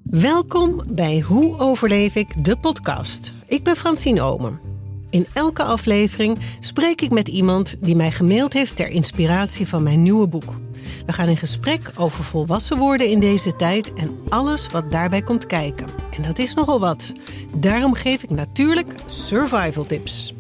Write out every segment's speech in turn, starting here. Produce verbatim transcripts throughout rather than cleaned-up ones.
Welkom bij Hoe overleef ik, de podcast. Ik ben Francine Omen. In elke aflevering spreek ik met iemand die mij gemaild heeft ter inspiratie van mijn nieuwe boek. We gaan in gesprek over volwassen worden in deze tijd en alles wat daarbij komt kijken. En dat is nogal wat. Daarom geef ik natuurlijk survival tips.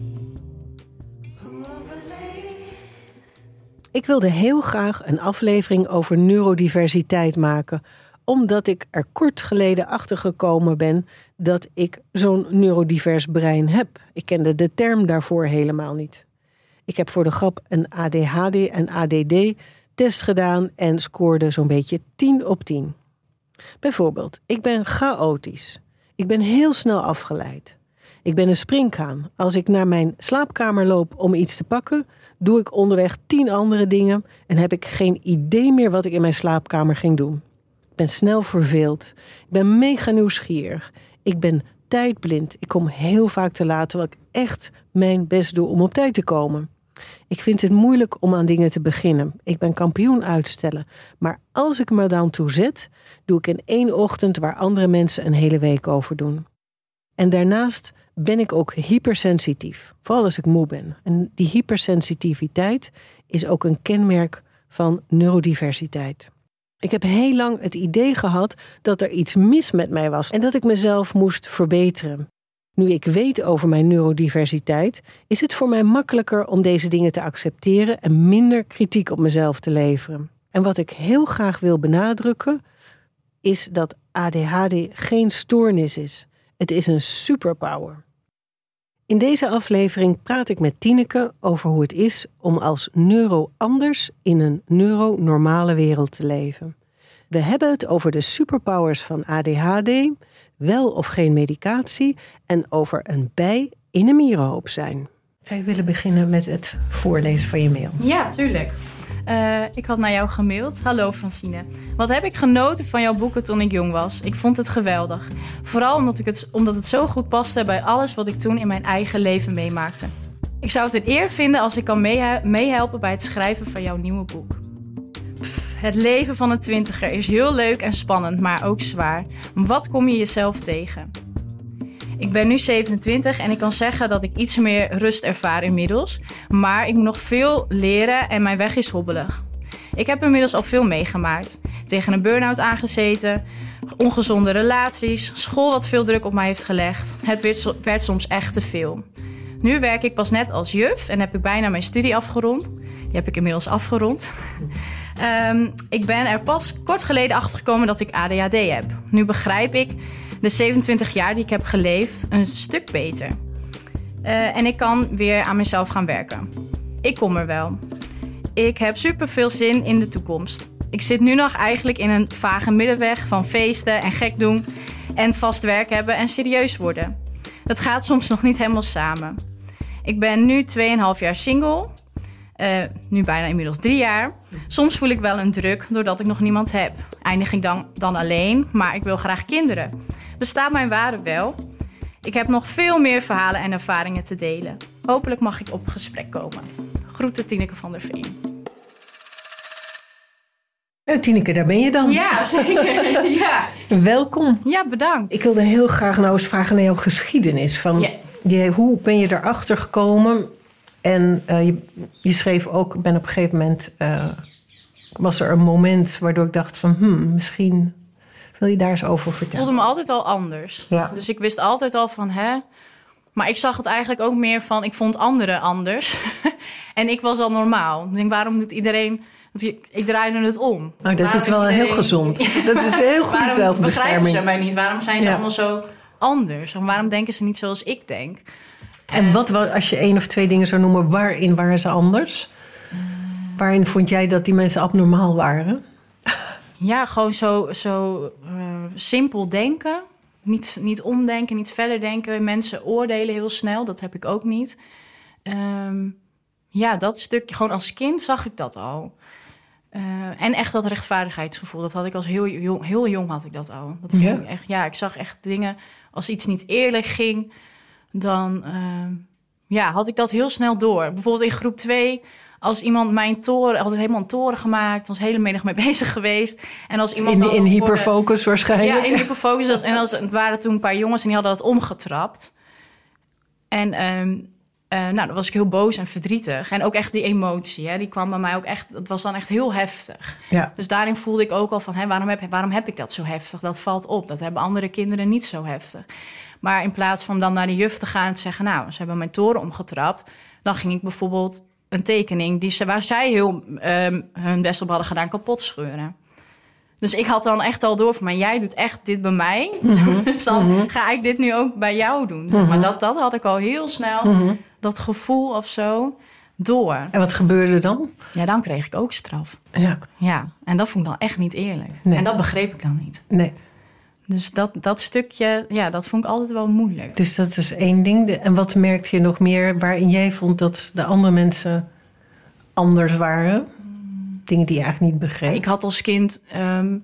Ik wilde heel graag een aflevering over neurodiversiteit maken, omdat ik er kort geleden achter gekomen ben dat ik zo'n neurodivers brein heb. Ik kende de term daarvoor helemaal niet. Ik heb voor de grap een A D H D en A D D-test gedaan en scoorde zo'n beetje tien op tien. Bijvoorbeeld, ik ben chaotisch. Ik ben heel snel afgeleid. Ik ben een springhaan. Als ik naar mijn slaapkamer loop om iets te pakken, doe ik onderweg tien andere dingen en heb ik geen idee meer wat ik in mijn slaapkamer ging doen. Ik ben snel verveeld. Ik ben mega nieuwsgierig. Ik ben tijdblind. Ik kom heel vaak te laat, terwijl ik echt mijn best doe om op tijd te komen. Ik vind het moeilijk om aan dingen te beginnen. Ik ben kampioen uitstellen. Maar als ik me dan toe zet, doe ik in één ochtend waar andere mensen een hele week over doen. En daarnaast ben ik ook hypersensitief. Vooral als ik moe ben. En die hypersensitiviteit is ook een kenmerk van neurodiversiteit. Ik heb heel lang het idee gehad dat er iets mis met mij was en dat ik mezelf moest verbeteren. Nu ik weet over mijn neurodiversiteit, is het voor mij makkelijker om deze dingen te accepteren en minder kritiek op mezelf te leveren. En wat ik heel graag wil benadrukken, is dat A D H D geen stoornis is. Het is een superpower. In deze aflevering praat ik met Tineke over hoe het is om als neuro-anders in een neuronormale wereld te leven. We hebben het over de superpowers van A D H D, wel of geen medicatie en over een bij in een mierenhoop zijn. Zou je willen beginnen met het voorlezen van je mail? Ja, tuurlijk. Uh, ik had naar jou gemaild. Hallo Francine. Wat heb ik genoten van jouw boeken toen ik jong was. Ik vond het geweldig. Vooral omdat, ik het, omdat het zo goed paste bij alles wat ik toen in mijn eigen leven meemaakte. Ik zou het een eer vinden als ik kan meehe- meehelpen bij het schrijven van jouw nieuwe boek. Pff, het leven van een twintiger is heel leuk en spannend, maar ook zwaar. Wat kom je jezelf tegen? Ik ben nu zevenentwintig en ik kan zeggen dat ik iets meer rust ervaar inmiddels. Maar ik moet nog veel leren en mijn weg is hobbelig. Ik heb inmiddels al veel meegemaakt. Tegen een burn-out aangezeten, ongezonde relaties, school wat veel druk op mij heeft gelegd. Het werd, werd soms echt te veel. Nu werk ik pas net als juf en heb ik bijna mijn studie afgerond. Die heb ik inmiddels afgerond. um, ik ben er pas kort geleden achter gekomen dat ik A D H D heb. Nu begrijp ik de zevenentwintig jaar die ik heb geleefd een stuk beter. Uh, en ik kan weer aan mezelf gaan werken. Ik kom er wel. Ik heb superveel zin in de toekomst. Ik zit nu nog eigenlijk in een vage middenweg van feesten en gek doen en vast werk hebben en serieus worden. Dat gaat soms nog niet helemaal samen. Ik ben nu tweeënhalf jaar single. Uh, nu bijna inmiddels drie jaar. Soms voel ik wel een druk doordat ik nog niemand heb. Eindig ik dan, dan alleen, maar ik wil graag kinderen. Bestaat mijn waarde wel? Ik heb nog veel meer verhalen en ervaringen te delen. Hopelijk mag ik op gesprek komen. Groeten Tineke van der Veen. Nou Tineke, daar ben je dan. Ja, zeker. Ja. Welkom. Ja, bedankt. Ik wilde heel graag nou eens vragen naar jouw geschiedenis. Van, ja. je, hoe ben je erachter gekomen? En uh, je, je schreef ook, ben op een gegeven moment, uh, was er een moment waardoor ik dacht van, hmm, misschien wil je daar eens over vertellen. Ik voelde me altijd al anders. Ja. Dus ik wist altijd al van, hè. Maar ik zag het eigenlijk ook meer van, ik vond anderen anders. En ik was al normaal. Ik denk, waarom doet iedereen, ik draaide het om. Oh, dat waarom is wel is iedereen... heel gezond. Dat is een heel goede waarom zelfbescherming. Begrijpen ze mij niet? Waarom zijn ze ja. allemaal zo anders? En waarom denken ze niet zoals ik denk? En wat, als je één of twee dingen zou noemen, waarin waren ze anders? Uh, waarin vond jij dat die mensen abnormaal waren? Ja, gewoon zo, zo uh, simpel denken. Niet, niet omdenken, niet verder denken. Mensen oordelen heel snel, dat heb ik ook niet. Um, ja, dat stukje, gewoon als kind zag ik dat al. Uh, en echt dat rechtvaardigheidsgevoel, dat had ik als heel jong, heel jong had ik dat al. Dat vond ja? ik echt, ja, ik zag echt dingen, als iets niet eerlijk ging, dan uh, ja, had ik dat heel snel door. Bijvoorbeeld in groep twee, als iemand mijn toren... had helemaal een toren gemaakt. Was hele middag mee bezig geweest. En als iemand in in hyperfocus de, waarschijnlijk. Ja, in hyperfocus. En als, het waren toen een paar jongens en die hadden dat omgetrapt. En um, uh, nou, dan was ik heel boos en verdrietig. En ook echt die emotie, hè, die kwam bij mij ook echt... Dat was dan echt heel heftig. Ja. Dus daarin voelde ik ook al van... Hè, waarom, heb, waarom heb ik dat zo heftig? Dat valt op. Dat hebben andere kinderen niet zo heftig. Maar in plaats van dan naar de juf te gaan en te zeggen... nou, ze hebben mijn toren omgetrapt... dan ging ik bijvoorbeeld een tekening... Die ze, waar zij heel um, hun best op hadden gedaan, kapot scheuren. Dus ik had dan echt al door van... maar jij doet echt dit bij mij. Mm-hmm. Dus dan mm-hmm. ga ik dit nu ook bij jou doen. Mm-hmm. Maar dat, dat had ik al heel snel, mm-hmm. dat gevoel of zo, door. En wat gebeurde dan? Ja, dan kreeg ik ook straf. Ja. Ja, en dat vond ik dan echt niet eerlijk. Nee. En dat begreep ik dan niet. Nee. Dus dat, dat stukje, ja, dat vond ik altijd wel moeilijk. Dus dat is één ding. En wat merkte je nog meer waarin jij vond dat de andere mensen anders waren? Dingen die je eigenlijk niet begreep. Ik had als kind, um,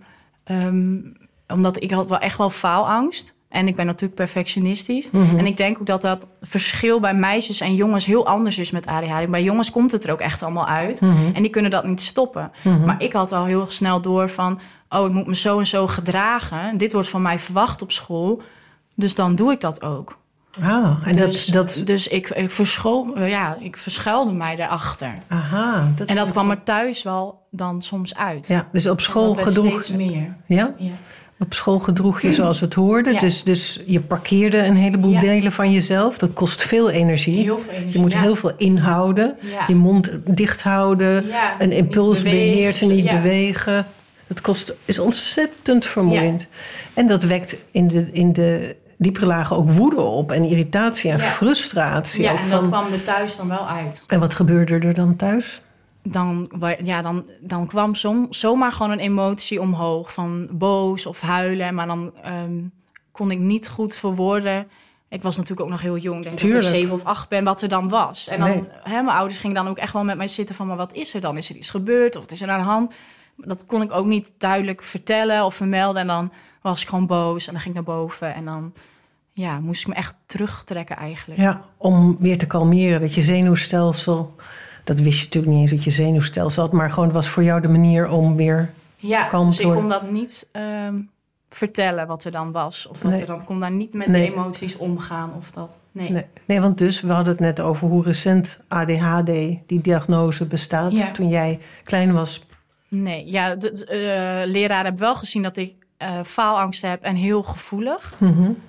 um, omdat ik had wel echt wel faalangst. En ik ben natuurlijk perfectionistisch. Mm-hmm. En ik denk ook dat dat verschil bij meisjes en jongens heel anders is met A D H D. Bij jongens komt het er ook echt allemaal uit. Mm-hmm. En die kunnen dat niet stoppen. Mm-hmm. Maar ik had al heel snel door van... oh, ik moet me zo en zo gedragen. Dit wordt van mij verwacht op school. Dus dan doe ik dat ook. Ah, en dus, dat, dat... dus ik, ik, verschool, ja, ik verschuilde mij daarachter. Aha, dat en dat kwam er thuis wel dan soms uit. Ja, dus op school gedroeg... steeds meer. Ja? Ja. Op school gedroeg je zoals het hoorde. Ja. Dus, dus je parkeerde een heleboel ja. delen van jezelf. Dat kost veel energie. Heel veel energie. Je moet ja. heel veel inhouden. Ja. Je mond dicht houden. Ja. Een impuls beheersen, niet ja. bewegen. Dat kost, is ontzettend vermoeiend. Ja. En dat wekt in de, in de diepere lagen ook woede op. En irritatie en ja. frustratie. Ja, ook en van... dat kwam er thuis dan wel uit. En wat gebeurde er dan thuis? Dan, ja, dan, dan kwam som, zomaar gewoon een emotie omhoog. Van boos of huilen. Maar dan um, kon ik niet goed verwoorden. Ik was natuurlijk ook nog heel jong. Ik denk Tuurlijk. dat ik zeven of acht ben, wat er dan was. En dan, nee. hè, mijn ouders gingen dan ook echt wel met mij zitten van... maar wat is er dan? Is er iets gebeurd? Of wat is er aan de hand? Dat kon ik ook niet duidelijk vertellen of vermelden. En dan was ik gewoon boos en dan ging ik naar boven. En dan ja, moest ik me echt terugtrekken eigenlijk. Ja, om weer te kalmeren. Dat je zenuwstelsel... Dat wist je natuurlijk niet eens dat je zenuwstelsel had... maar gewoon was voor jou de manier om weer ja, kalm dus te worden. ik kon dat niet um, vertellen wat er dan was. Of wat nee. er dan kon daar niet met nee. de emoties omgaan. Of dat. Nee. Nee. nee, want dus, we hadden het net over hoe recent A D H D... die diagnose bestaat ja. toen jij klein was. Nee, ja, de, de uh, leraren hebben wel gezien dat ik uh, faalangst heb... en heel gevoelig. Mm-hmm.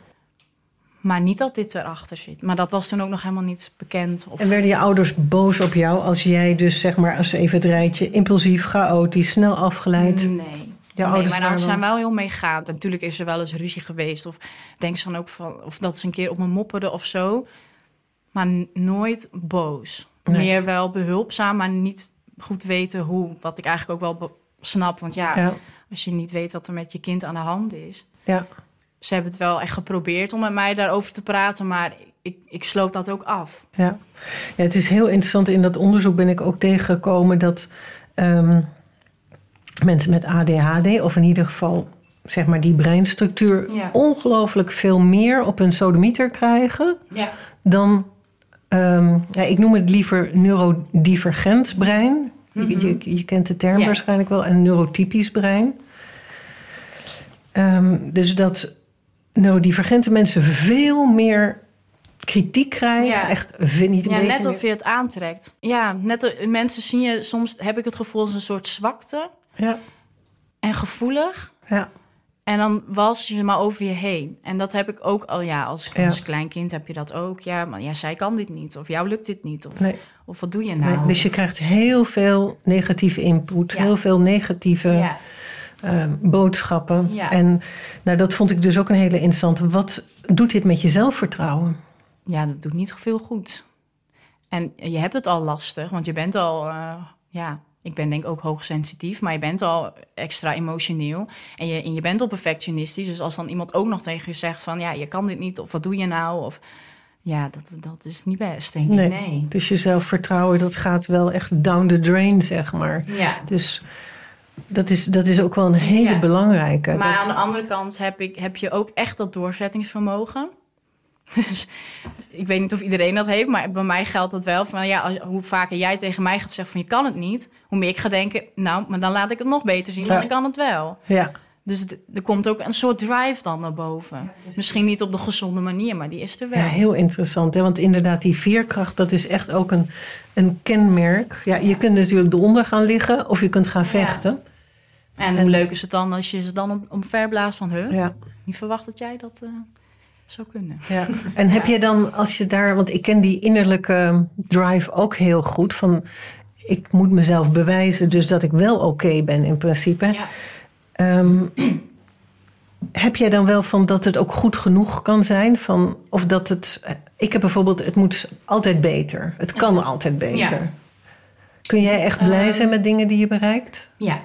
Maar niet dat dit erachter zit. Maar dat was toen ook nog helemaal niet bekend. Of... En werden je ouders boos op jou als jij dus, zeg maar, als even het rijtje... impulsief, chaotisch, snel afgeleid? Nee. Je nee, ouders mijn ouders zijn wel heel meegaand. En natuurlijk is er wel eens ruzie geweest. Of denk ze dan ook van... of dat ze een keer op me mopperden of zo. Maar n- nooit boos. Nee. Meer wel behulpzaam, maar niet goed weten hoe. Wat ik eigenlijk ook wel be- snap. Want ja, ja, als je niet weet wat er met je kind aan de hand is... Ja. Ze hebben het wel echt geprobeerd om met mij daarover te praten... maar ik, ik sloot dat ook af. Ja. ja, het is heel interessant. In dat onderzoek ben ik ook tegengekomen... dat um, mensen met A D H D... of in ieder geval zeg maar die breinstructuur... Ja. ongelooflijk veel meer op hun sodemieter krijgen... Ja. dan, um, ja, ik noem het liever neurodivergent brein. Mm-hmm. Je, je, je kent de term ja. waarschijnlijk wel. En neurotypisch brein. Um, dus dat... neurodivergente mensen veel meer kritiek krijgen. Ja, echt, vind niet ja net of je het aantrekt. Ja, net mensen zien je... soms heb ik het gevoel als een soort zwakte. Ja. En gevoelig. Ja. En dan wals je maar over je heen. En dat heb ik ook al, ja, als, ja. als klein kind heb je dat ook. Ja, maar ja, zij kan dit niet. Of jou lukt dit niet. Of, nee. of wat doe je nou? Nee, dus je krijgt heel veel negatieve input. Ja. Heel veel negatieve... Ja. Uh, boodschappen. Ja. En nou, dat vond ik dus ook een hele interessante. Wat doet dit met je zelfvertrouwen? Ja, dat doet niet veel goed. En je hebt het al lastig, want je bent al... Uh, ja, ik ben denk ik ook hoogsensitief, maar je bent al extra emotioneel. En je, en je bent al perfectionistisch. Dus als dan iemand ook nog tegen je zegt van... ja, je kan dit niet, of wat doe je nou? Of ja, dat, dat is niet best, denk ik. Nee, nee. Dus je zelfvertrouwen, dat gaat wel echt down the drain, zeg maar. Ja. Dus... Dat is, dat is ook wel een hele ja. belangrijke. Maar dat... aan de andere kant heb, ik, heb je ook echt dat doorzettingsvermogen. Dus ik weet niet of iedereen dat heeft, maar bij mij geldt dat wel. Van, ja, als, hoe vaker jij tegen mij gaat zeggen van je kan het niet, hoe meer ik ga denken, nou, maar dan laat ik het nog beter zien, ja. dan ik kan het wel. Ja. Dus d- er komt ook een soort drive dan naar boven. Ja, dus Misschien niet op de gezonde manier, maar die is er wel. Ja, heel interessant. Hè? Want inderdaad, die veerkracht, dat is echt ook een, een kenmerk. Ja, je kunt natuurlijk eronder gaan liggen of je kunt gaan vechten. Ja. En, en hoe leuk is het dan als je ze dan omverblaast van... Huh, ja. niet verwacht dat jij dat uh, zou kunnen. Ja. En heb je dan, als je daar... Want ik ken die innerlijke drive ook heel goed. Van, ik moet mezelf bewijzen dus dat ik wel oké okay ben in principe. Ja. Um, heb jij dan wel van dat het ook goed genoeg kan zijn? Van, of dat het... Ik heb bijvoorbeeld, het moet altijd beter. Het kan ja. altijd beter. Ja. Kun jij echt blij um, zijn met dingen die je bereikt? Ja.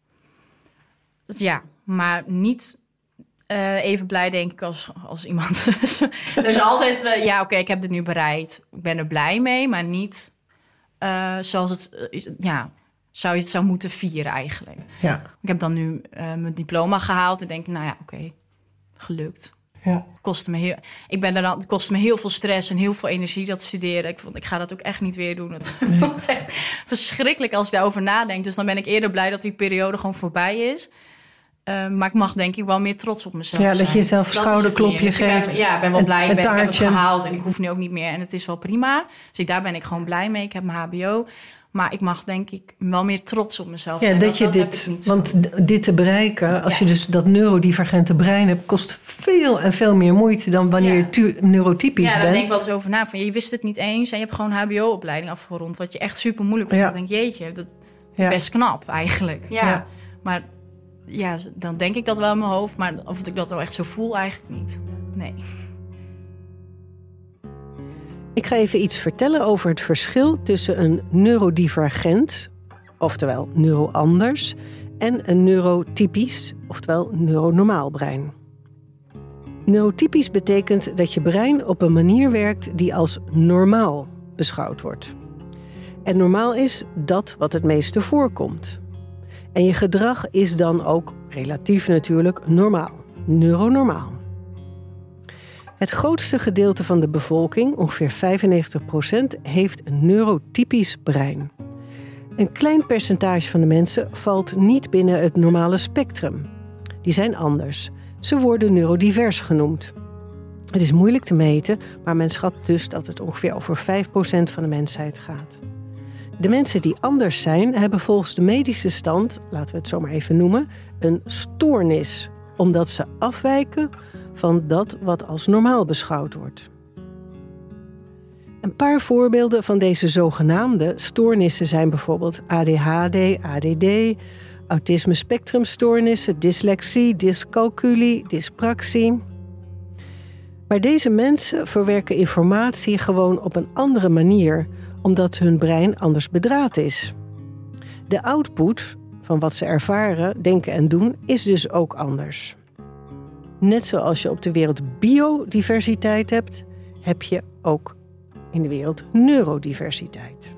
Ja, maar niet uh, even blij denk ik als, als iemand. Dus altijd, uh, ja oké, okay, ik heb dit nu bereikt. Ik ben er blij mee, maar niet uh, zoals het... Uh, ja. Zou je het zou moeten vieren eigenlijk. Ja. Ik heb dan nu uh, mijn diploma gehaald en denk, nou ja, oké, okay, gelukt. Ja. Het kostte me heel, ik ben er dan, het kostte me heel veel stress en heel veel energie dat studeren. Ik vond, ik ga dat ook echt niet weer doen. Het nee. is echt verschrikkelijk als je daarover nadenkt. Dus dan ben ik eerder blij dat die periode gewoon voorbij is. Uh, maar ik mag denk ik wel meer trots op mezelf ja, zijn. Dat je jezelf schouderklopjes dus geeft. Ben, ja, ik ben wel blij. Ik, ben, ik heb het gehaald en ik hoef nu ook niet meer. En het is wel prima. Dus ik, daar ben ik gewoon blij mee. Ik heb mijn H B O. Maar ik mag denk ik wel meer trots op mezelf ja, zijn. Dat, dat je dat dit, want zo. dit te bereiken, als ja. je dus dat neurodivergente brein hebt, kost veel en veel meer moeite dan wanneer ja. je tu- neurotypisch bent. Ja, daar denk ik wel eens over na. Van, je wist het niet eens en je hebt gewoon een H B O-opleiding afgerond, wat je echt super moeilijk vond. Ja. Dan denk je, jeetje, dat is ja. best knap eigenlijk. Ja. ja. Maar ja, dan denk ik dat wel in mijn hoofd, maar of ik dat wel echt zo voel, eigenlijk niet. Nee. Ik ga even iets vertellen over het verschil tussen een neurodivergent, oftewel neuroanders, en een neurotypisch, oftewel neuronormaal brein. Neurotypisch betekent dat je brein op een manier werkt die als normaal beschouwd wordt. En normaal is dat wat het meeste voorkomt. En je gedrag is dan ook relatief natuurlijk normaal, neuronormaal. Het grootste gedeelte van de bevolking, ongeveer vijfennegentig procent, heeft een neurotypisch brein. Een klein percentage van de mensen valt niet binnen het normale spectrum. Die zijn anders. Ze worden neurodivers genoemd. Het is moeilijk te meten, maar men schat dus dat het ongeveer over vijf procent van de mensheid gaat. De mensen die anders zijn, hebben volgens de medische stand, laten we het zo maar even noemen, een stoornis, omdat ze afwijken van dat wat als normaal beschouwd wordt. Een paar voorbeelden van deze zogenaamde stoornissen zijn bijvoorbeeld A D H D, A D D, autisme spectrumstoornissen, dyslexie, dyscalculie, dyspraxie. Maar deze mensen verwerken informatie gewoon op een andere manier, omdat hun brein anders bedraad is. De output van wat ze ervaren, denken en doen is dus ook anders. Net zoals je op de wereld biodiversiteit hebt, heb je ook in de wereld neurodiversiteit.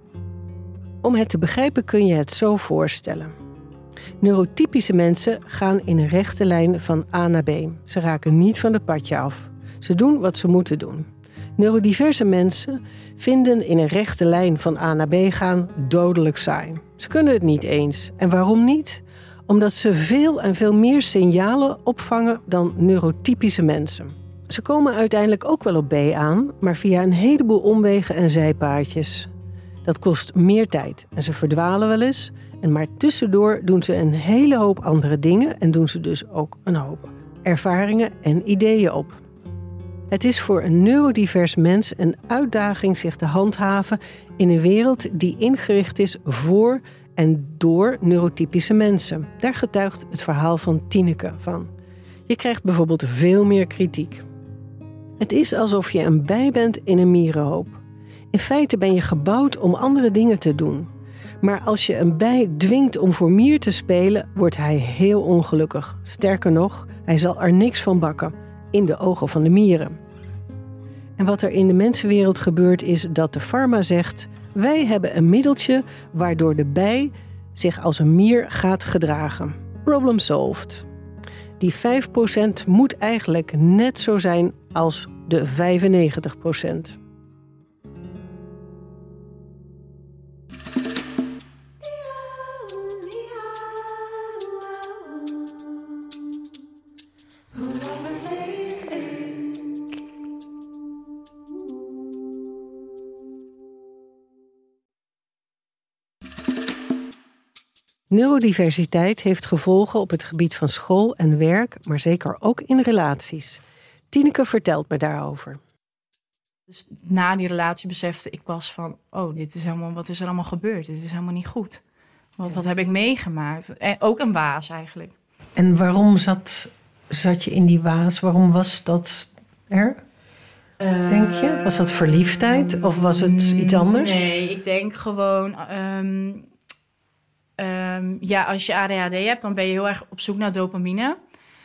Om het te begrijpen kun je het zo voorstellen. Neurotypische mensen gaan in een rechte lijn van A naar B. Ze raken niet van het padje af. Ze doen wat ze moeten doen. Neurodiverse mensen vinden in een rechte lijn van A naar B gaan dodelijk saai. Ze kunnen het niet eens. En waarom niet? Omdat ze veel en veel meer signalen opvangen dan neurotypische mensen. Ze komen uiteindelijk ook wel op B aan, maar via een heleboel omwegen en zijpaadjes. Dat kost meer tijd en ze verdwalen wel eens. En maar tussendoor doen ze een hele hoop andere dingen en doen ze dus ook een hoop ervaringen en ideeën op. Het is voor een neurodivers mens een uitdaging zich te handhaven in een wereld die ingericht is voor en door neurotypische mensen. Daar getuigt het verhaal van Tineke van. Je krijgt bijvoorbeeld veel meer kritiek. Het is alsof je een bij bent in een mierenhoop. In feite ben je gebouwd om andere dingen te doen. Maar als je een bij dwingt om voor mier te spelen, wordt hij heel ongelukkig. Sterker nog, hij zal er niks van bakken, in de ogen van de mieren. En wat er in de mensenwereld gebeurt is dat de farma zegt: wij hebben een middeltje waardoor de bij zich als een mier gaat gedragen. Problem solved. Die vijf procent moet eigenlijk net zo zijn als de vijfennegentig procent. Neurodiversiteit heeft gevolgen op het gebied van school en werk, maar zeker ook in relaties. Tineke vertelt me daarover. Dus na die relatie besefte ik pas van, oh, dit is helemaal, wat is er allemaal gebeurd? Dit is helemaal niet goed. Wat, wat heb ik meegemaakt? En ook een waas eigenlijk. En waarom zat, zat je in die waas? Waarom was dat er? Uh, denk je? Was dat verliefdheid of was het iets anders? Nee, ik denk gewoon... Um, um, ja, als je A D H D hebt, dan ben je heel erg op zoek naar dopamine.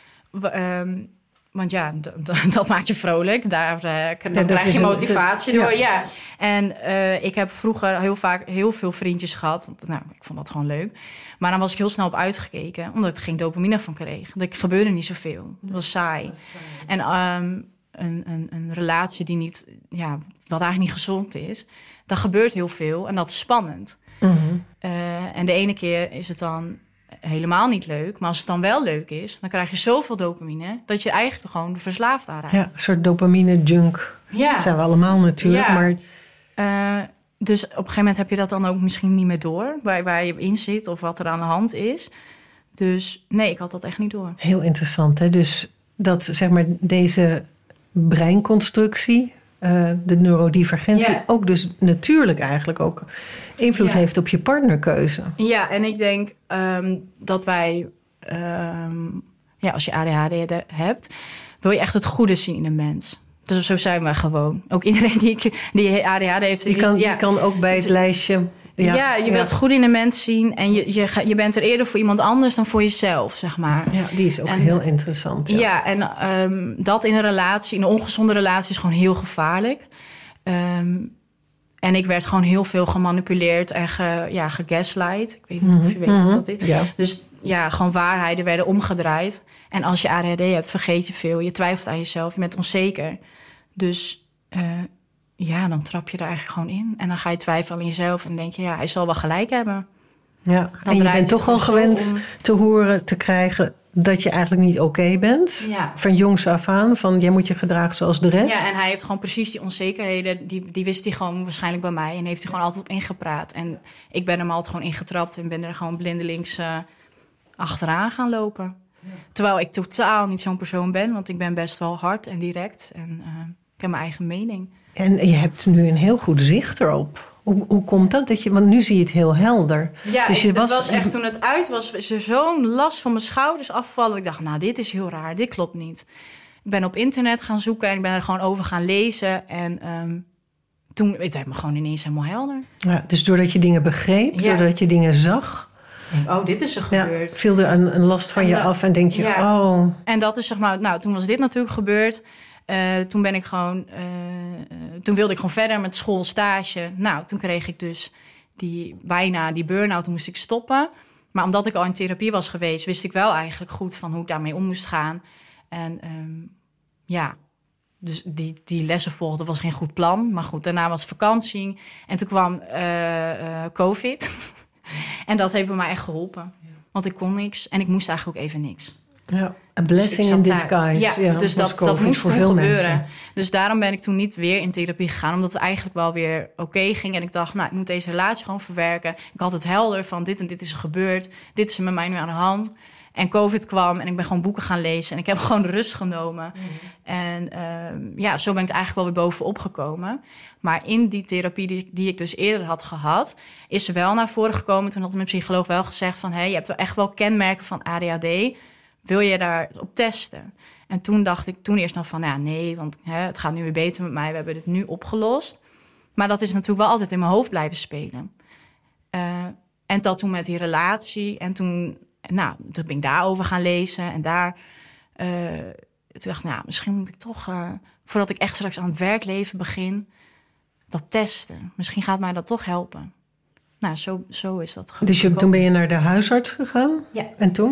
Um, want ja, d- d- dat maakt je vrolijk. Daar, uh, dan ja, krijg je motivatie een, de, door. Ja. ja. En uh, ik heb vroeger heel vaak heel veel vriendjes gehad. Want nou, ik vond dat gewoon leuk. Maar dan was ik heel snel op uitgekeken. Omdat ik geen dopamine van kreeg. Er gebeurde niet zoveel. Het was saai. Dat saai. En um, een, een, een relatie die niet... Ja, wat eigenlijk niet gezond is. Daar gebeurt heel veel. En dat is spannend. Mm-hmm. Uh, en de ene keer is het dan... helemaal niet leuk. Maar als het dan wel leuk is, dan krijg je zoveel dopamine... dat je eigenlijk gewoon verslaafd aan raakt. Ja, een soort dopamine-junk. Ja. Dat zijn we allemaal natuurlijk. Ja. Maar... Uh, dus op een gegeven moment heb je dat dan ook misschien niet meer door... waar, waar je in zit of wat er aan de hand is. Dus nee, ik had dat echt niet door. Heel interessant, hè? Dus dat, zeg maar, deze breinconstructie... Uh, de neurodivergentie ja. ook dus natuurlijk eigenlijk ook invloed ja. heeft op je partnerkeuze. Ja, en ik denk um, dat wij, um, ja, als je A D H D hebt, wil je echt het goede zien in een mens. Dus zo zijn wij gewoon. Ook iedereen die, die A D H D heeft. Die kan, ja, die kan ook bij het lijstje... Ja, ja, je wilt het goed in een mens zien en je, je, je bent er eerder voor iemand anders dan voor jezelf, zeg maar. Ja, die is ook en, heel interessant. Ja, ja en um, dat in een relatie, in een ongezonde relatie, is gewoon heel gevaarlijk. Um, en ik werd gewoon heel veel gemanipuleerd en ge, ja, gegaslight. Ik weet niet mm-hmm. of je weet mm-hmm. wat dat is. Ja. Dus ja, gewoon waarheden werden omgedraaid. En als je A D H D hebt, vergeet je veel. Je twijfelt aan jezelf, je bent onzeker. Dus... Uh, ja, dan trap je er eigenlijk gewoon in. En dan ga je twijfelen aan jezelf en denk je... ja, hij zal wel gelijk hebben. Ja, dan en je bent toch al gewend om... te horen, te krijgen... dat je eigenlijk niet oké okay bent. Ja. Van jongs af aan, van jij moet je gedragen zoals de rest. Ja, en hij heeft gewoon precies die onzekerheden... die, die wist hij gewoon waarschijnlijk bij mij... en heeft hij gewoon altijd op ingepraat. En ik ben hem altijd gewoon ingetrapt... en ben er gewoon blindelings uh, achteraan gaan lopen. Ja. Terwijl ik totaal niet zo'n persoon ben... want ik ben best wel hard en direct... en uh, ik heb mijn eigen mening... En je hebt nu een heel goed zicht erop. Hoe, hoe komt dat? dat je, want nu zie je het heel helder. Ja, dus je ik, was, het was echt toen het uit was... is er zo'n last van mijn schouders afvallen. Ik dacht, nou, dit is heel raar. Dit klopt niet. Ik ben op internet gaan zoeken... en ik ben er gewoon over gaan lezen. En um, toen het werd me gewoon ineens helemaal helder. Ja, dus doordat je dingen begreep, ja. doordat je dingen zag... Oh, dit is er gebeurd. Ja, viel er een, een last van en je dat, af en denk je, ja. oh... En dat is zeg maar... Nou, toen was dit natuurlijk gebeurd... Uh, toen ben ik gewoon, uh, uh, toen wilde ik gewoon verder met school, stage. Nou, toen kreeg ik dus die, bijna die burn-out, toen moest ik stoppen. Maar omdat ik al in therapie was geweest, wist ik wel eigenlijk goed van hoe ik daarmee om moest gaan. En um, ja, dus die, die lessen volgden was geen goed plan. Maar goed, daarna was vakantie en toen kwam uh, uh, COVID. En dat heeft bij mij echt geholpen. Want ik kon niks en ik moest eigenlijk ook even niks. Ja, a blessing dus in disguise. Ja, ja, dus dat, dat moest voor veel gebeuren. Mensen. Dus daarom ben ik toen niet weer in therapie gegaan. Omdat het eigenlijk wel weer oké okay ging. En ik dacht, nou, ik moet deze relatie gewoon verwerken. Ik had het helder van dit en dit is er gebeurd. Dit is er met mij nu aan de hand. En COVID kwam en ik ben gewoon boeken gaan lezen. En ik heb gewoon de rust genomen. Mm. En uh, ja, zo ben ik er eigenlijk wel weer bovenop gekomen. Maar in die therapie die, die ik dus eerder had gehad... is er wel naar voren gekomen. Toen had mijn psycholoog wel gezegd van... hey, je hebt wel echt wel kenmerken van A D H D... Wil je daar op testen? En toen dacht ik toen eerst nog van, ja, nee, want hè, het gaat nu weer beter met mij. We hebben het nu opgelost. Maar dat is natuurlijk wel altijd in mijn hoofd blijven spelen. Uh, en dat toen met die relatie. En toen, nou, toen ben ik daarover gaan lezen. En daar, uh, toen dacht ik, nou, misschien moet ik toch, uh, voordat ik echt straks aan het werkleven begin, dat testen. Misschien gaat mij dat toch helpen. Nou, zo, zo is dat gebeurd. Dus je, toen ben je naar de huisarts gegaan? Ja. En toen?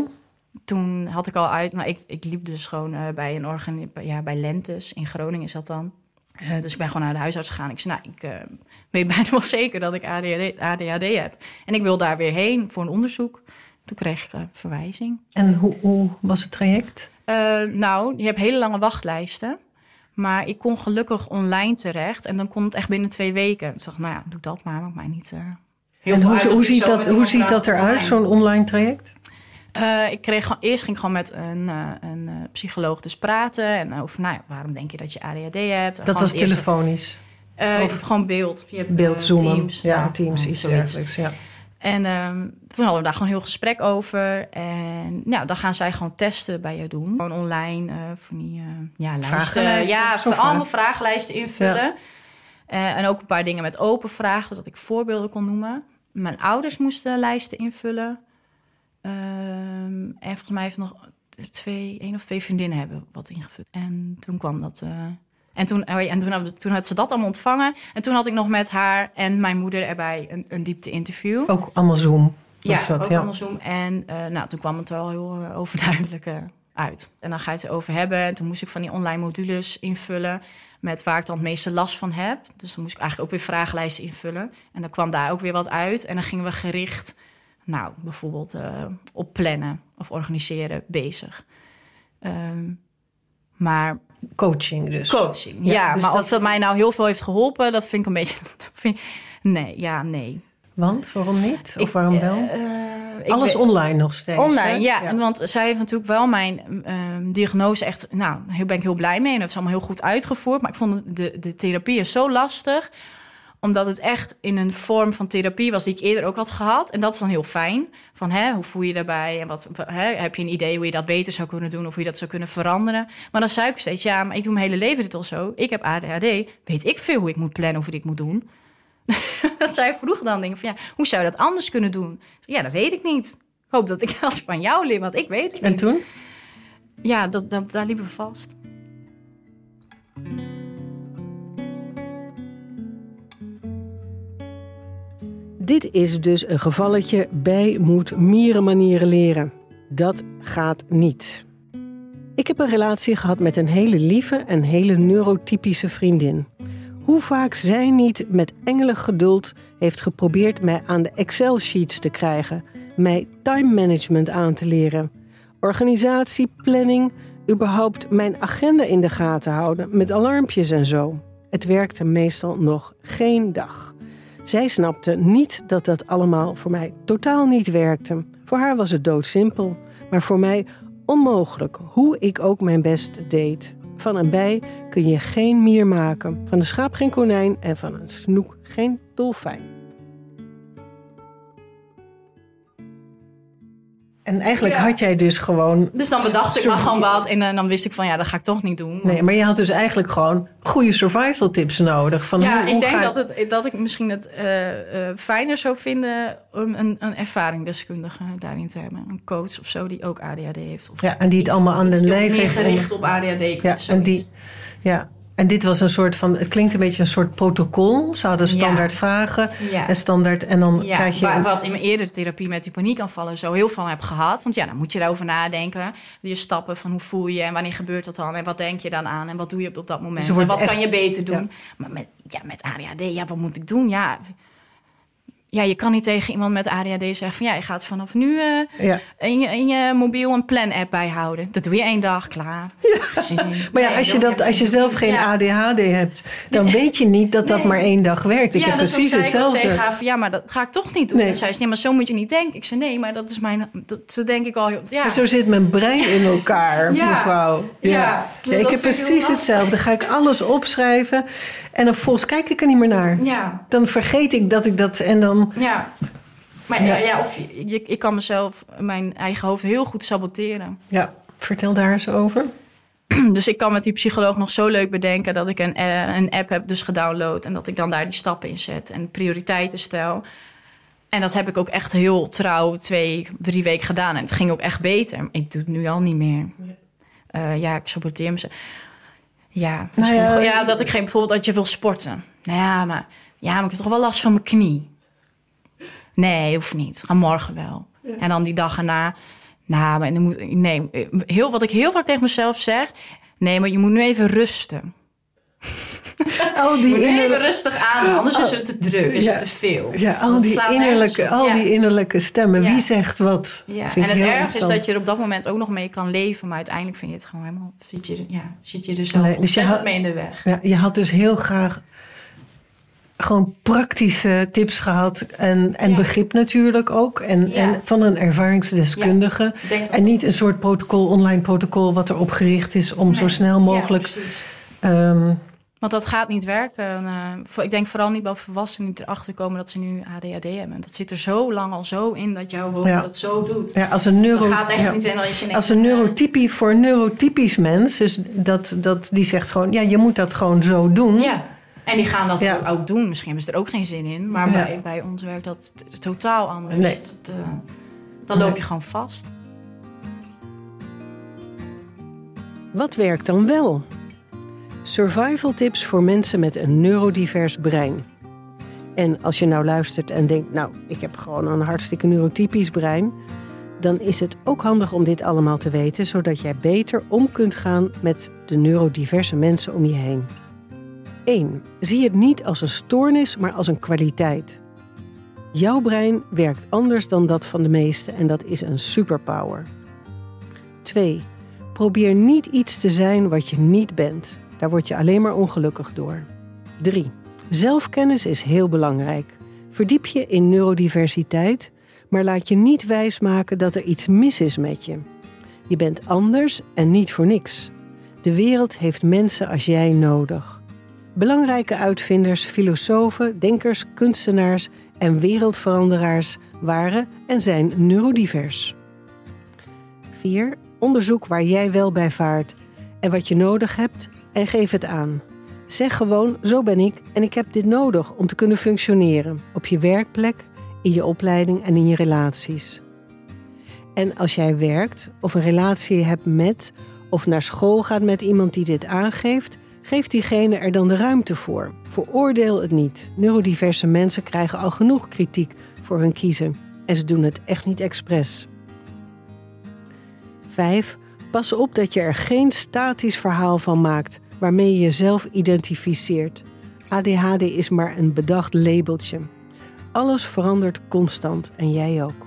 toen had ik al uit... Nou, ik, ik liep dus gewoon uh, bij een organi- ja, bij Lentes. In Groningen is dat dan. Uh, dus ik ben gewoon naar de huisarts gegaan. Ik zei, nou, ik uh, weet bijna wel zeker dat ik A D H D, A D H D heb. En ik wil daar weer heen voor een onderzoek. Toen kreeg ik uh, verwijzing. En hoe, hoe was het traject? Uh, nou, je hebt hele lange wachtlijsten. Maar ik kon gelukkig online terecht. En dan kon het echt binnen twee weken. Dus ik dacht, nou ja, doe dat maar. Maakt mij niet uh, heel en veel hoe, uit. Hoe ziet dat, hoe ziet dat eruit, online. Zo'n online traject? Uh, ik kreeg gewoon, eerst ging ik gewoon met een, uh, een uh, psycholoog dus praten. En over, nou ja, waarom denk je dat je A D H D hebt? Dat gewoon was eerste, telefonisch? Uh, of gewoon beeld. Via beeld, zoomen. Teams. Ja, nou, Teams, iets dergelijks, ja. En um, toen hadden we daar gewoon een heel gesprek over. En nou, dan gaan zij gewoon testen bij je doen. Gewoon online uh, van die uh, ja, lijsten. Ja, voor allemaal vragenlijsten invullen. Ja. Uh, en ook een paar dingen met open vragen, dat ik voorbeelden kon noemen. Mijn ouders moesten lijsten invullen. Um, en volgens mij heeft nog twee, één of twee vriendinnen hebben wat ingevuld. En toen kwam dat... Uh, en toen, oh ja, en toen, had, toen had ze dat allemaal ontvangen. En toen had ik nog met haar en mijn moeder erbij een, een diepte-interview. Ook allemaal Zoom? Ja, dat, ook ja. allemaal Zoom. En uh, nou, toen kwam het wel heel uh, overduidelijk uh, uit. En dan ga je het erover hebben. En toen moest ik van die online modules invullen... met waar ik dan het meeste last van heb. Dus dan moest ik eigenlijk ook weer vragenlijsten invullen. En dan kwam daar ook weer wat uit. En dan gingen we gericht... nou, bijvoorbeeld uh, op plannen of organiseren bezig. Um, maar... Coaching dus. Coaching, ja. ja dus maar dat... of dat mij nou heel veel heeft geholpen... dat vind ik een beetje... Vind ik, nee, ja, nee. Want? Waarom niet? Of ik, waarom wel? Uh, Alles ben, online nog steeds. Online, ja. ja. Want zij heeft natuurlijk wel mijn uh, diagnose echt... nou, daar ben ik heel blij mee. En dat is allemaal heel goed uitgevoerd. Maar ik vond het, de, de therapie is zo lastig... omdat het echt in een vorm van therapie was... die ik eerder ook had gehad. En dat is dan heel fijn. Van, hè, hoe voel je daarbij? En wat, hè, heb je een idee hoe je dat beter zou kunnen doen... of hoe je dat zou kunnen veranderen? Maar dan zei ik steeds... ja, maar ik doe mijn hele leven dit al zo. Ik heb A D H D. Weet ik veel hoe ik moet plannen of wat ik moet doen? Dat zij vroeg dan dingen van... ja, hoe zou je dat anders kunnen doen? Ja, dat weet ik niet. Ik hoop dat ik dat van jou leer, want ik weet het niet. En toen? Ja, dat, dat, daar liepen we vast. Dit is dus een gevalletje bij moet mierenmanieren leren. Dat gaat niet. Ik heb een relatie gehad met een hele lieve en hele neurotypische vriendin. Hoe vaak zij niet met engelig geduld heeft geprobeerd mij aan de Excel-sheets te krijgen, mij time management aan te leren, organisatie, planning, überhaupt mijn agenda in de gaten houden met alarmpjes en zo. Het werkte meestal nog geen dag. Zij snapte niet dat dat allemaal voor mij totaal niet werkte. Voor haar was het doodsimpel, maar voor mij onmogelijk, hoe ik ook mijn best deed. Van een bij kun je geen mier maken, van een schaap geen konijn en van een snoek geen dolfijn. En eigenlijk ja. had jij dus gewoon... Dus dan bedacht ik maar gewoon wat en uh, dan wist ik van ja, dat ga ik toch niet doen. Want... Nee, maar je had dus eigenlijk gewoon goede survival tips nodig. Van ja, hoe, ik hoe denk ga... dat, het, dat ik misschien het uh, uh, fijner zou vinden om een, een ervaringsdeskundige daarin te hebben. Een coach of zo die ook A D H D heeft. Of ja, en die het allemaal aan de lijf heeft. Meer gericht op A D H D. Ja, en die... Ja. En dit was een soort van, het klinkt een beetje een soort protocol. Ze hadden standaard ja. vragen ja. en standaard en dan ja, krijg je... Waar, een... Wat in mijn eerdere therapie met die paniekaanvallen zo heel veel heb gehad. Want ja, dan moet je daarover nadenken. Je stappen van hoe voel je en wanneer gebeurt dat dan? En wat denk je dan aan en wat doe je op, op dat moment? Dus en wat echt... kan je beter doen? Ja. Maar met, ja, met A D H D, ja, wat moet ik doen? Ja... Ja, je kan niet tegen iemand met A D H D zeggen van ja, je gaat vanaf nu uh, ja. in, je, in je mobiel een plan-app bijhouden. Dat doe je één dag, klaar. Ja. Maar ja, als je, dat, als je zelf geen ja. A D H D hebt, dan nee. weet je niet dat dat nee. maar één dag werkt. Ik ja, heb dus precies hetzelfde. Ik tegen haar van ja, maar dat ga ik toch niet doen. Nee. En zij zei, nee, maar zo moet je niet denken. Ik zei nee, maar dat is mijn, dat, zo denk ik al heel. Ja. Maar zo zit mijn brein in elkaar, ja. mevrouw. Ja, ja. ja ik heb precies hetzelfde. Dan ga ik alles opschrijven en dan volgens kijk ik er niet meer naar. Ja. Dan vergeet ik dat ik dat en dan. Ja, maar ja, ja of je, ik kan mezelf, mijn eigen hoofd heel goed saboteren. Ja, vertel daar eens over. Dus ik kan met die psycholoog nog zo leuk bedenken dat ik een, uh, een app heb dus gedownload en dat ik dan daar die stappen in zet en prioriteiten stel. En dat heb ik ook echt heel trouw twee, drie weken gedaan en het ging ook echt beter. Ik doe het nu al niet meer. Uh, ja, ik saboteer mezelf. Ja, nou ja, ja, dat ik geen bijvoorbeeld dat je wil sporten. Nou ja, maar ja, maar ik heb toch wel last van mijn knie. Nee, hoeft niet. Ga morgen wel. Ja. En dan die dag erna. Nou, maar dan moet, nee, heel, wat ik heel vaak tegen mezelf zeg... nee, maar je moet nu even rusten. Al die moet innerlijke... even rustig aan, anders oh, is het te druk, is ja, het te veel. Ja, al, die innerlijke, al ja. die innerlijke stemmen. Ja. Wie zegt wat? Ja. En het erg is dat je er op dat moment ook nog mee kan leven... maar uiteindelijk vind je het gewoon helemaal... Zit je, ja, zit je er zelf nee, dus ontzettend mee in de weg. Ja, je had dus heel graag... gewoon praktische tips gehad en, en ja. begrip natuurlijk ook. En, ja. en van een ervaringsdeskundige. Ja, en niet een soort protocol, online protocol... wat erop gericht is om nee. zo snel mogelijk... Ja, um, want dat gaat niet werken. Uh, ik denk vooral niet bij volwassenen die erachter komen... dat ze nu A D H D hebben. Dat zit er zo lang al zo in dat jouw hoofd ja. dat zo doet. Ja, als een neuro, dat gaat echt ja, niet in als je als een neurotypie voor een neurotypisch mens... dus dat, dat, die zegt gewoon... ja, je moet dat gewoon zo doen... Ja. En die gaan dat ja. ook doen. Misschien hebben ze er ook geen zin in. Maar ja. bij, bij ons werkt dat t- totaal anders. Nee. Dat, uh, dan loop je gewoon vast. Wat werkt dan wel? Survival tips voor mensen met een neurodivers brein. En als je nou luistert en denkt... nou, ik heb gewoon een hartstikke neurotypisch brein... dan is het ook handig om dit allemaal te weten... zodat jij beter om kunt gaan met de neurodiverse mensen om je heen. één. Zie het niet als een stoornis, maar als een kwaliteit. Jouw brein werkt anders dan dat van de meesten en dat is een superpower. twee. Probeer niet iets te zijn wat je niet bent. Daar word je alleen maar ongelukkig door. drie. Zelfkennis is heel belangrijk. Verdiep je in neurodiversiteit, maar laat je niet wijsmaken dat er iets mis is met je. Je bent anders en niet voor niks. De wereld heeft mensen als jij nodig. Belangrijke uitvinders, filosofen, denkers, kunstenaars en wereldveranderaars waren en zijn neurodivers. vier. Onderzoek waar jij wel bij vaart en wat je nodig hebt en geef het aan. Zeg gewoon, zo ben ik en ik heb dit nodig om te kunnen functioneren. Op je werkplek, in je opleiding en in je relaties. En als jij werkt of een relatie hebt met of naar school gaat met iemand die dit aangeeft... geef diegene er dan de ruimte voor. Veroordeel het niet. Neurodiverse mensen krijgen al genoeg kritiek voor hun kiezen. En ze doen het echt niet expres. vijf. Pas op dat je er geen statisch verhaal van maakt... waarmee je jezelf identificeert. A D H D is maar een bedacht labeltje. Alles verandert constant en jij ook.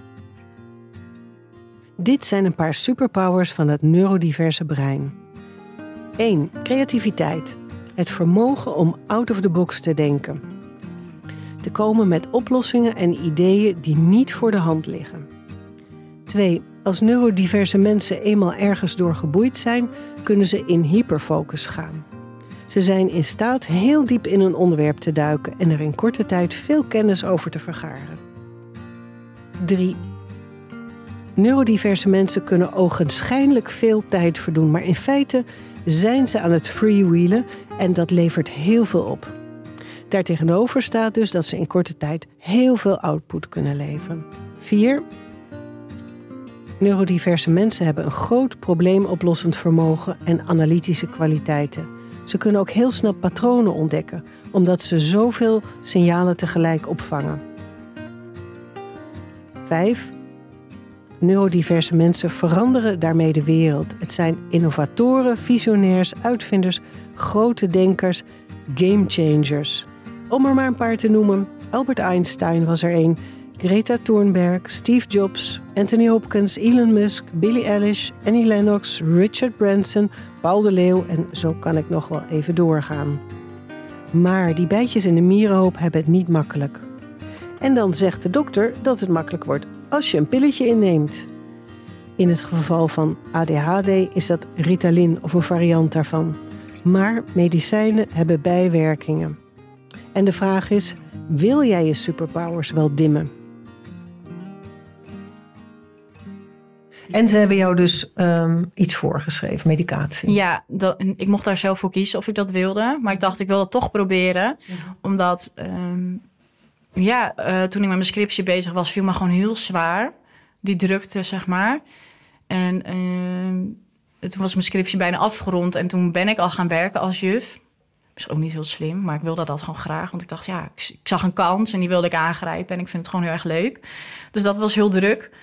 Dit zijn een paar superpowers van het neurodiverse brein. één. Creativiteit. Het vermogen om out of the box te denken. Te komen met oplossingen en ideeën die niet voor de hand liggen. twee. Als neurodiverse mensen eenmaal ergens door geboeid zijn, kunnen ze in hyperfocus gaan. Ze zijn in staat heel diep in een onderwerp te duiken en er in korte tijd veel kennis over te vergaren. drie. Neurodiverse mensen kunnen ogenschijnlijk veel tijd verdoen, maar in feite zijn ze aan het freewheelen en dat levert heel veel op. Daartegenover staat dus dat ze in korte tijd heel veel output kunnen leveren. vier. Neurodiverse mensen hebben een groot probleemoplossend vermogen en analytische kwaliteiten. Ze kunnen ook heel snel patronen ontdekken, omdat ze zoveel signalen tegelijk opvangen. vijf. Neurodiverse mensen veranderen daarmee de wereld. Het zijn innovatoren, visionairs, uitvinders, grote denkers, gamechangers. Om er maar een paar te noemen, Albert Einstein was er een, Greta Thunberg, Steve Jobs, Anthony Hopkins, Elon Musk, Billie Eilish, Annie Lennox, Richard Branson, Paul de Leeuw en zo kan ik nog wel even doorgaan. Maar die bijtjes in de mierenhoop hebben het niet makkelijk. En dan zegt de dokter dat het makkelijk wordt als je een pilletje inneemt. In het geval van A D H D is dat Ritalin of een variant daarvan. Maar medicijnen hebben bijwerkingen. En de vraag is, wil jij je superpowers wel dimmen? En ze hebben jou dus um, iets voorgeschreven, medicatie. Ja, dat, ik mocht daar zelf voor kiezen of ik dat wilde. Maar ik dacht, ik wil het toch proberen. Ja. Omdat, um, ja, uh, toen ik met mijn scriptie bezig was, viel me gewoon heel zwaar. Die drukte, zeg maar. En uh, toen was mijn scriptie bijna afgerond. En toen ben ik al gaan werken als juf. Is ook niet heel slim, maar ik wilde dat gewoon graag. Want ik dacht, ja, ik, ik zag een kans en die wilde ik aangrijpen. En ik vind het gewoon heel erg leuk. Dus dat was heel druk.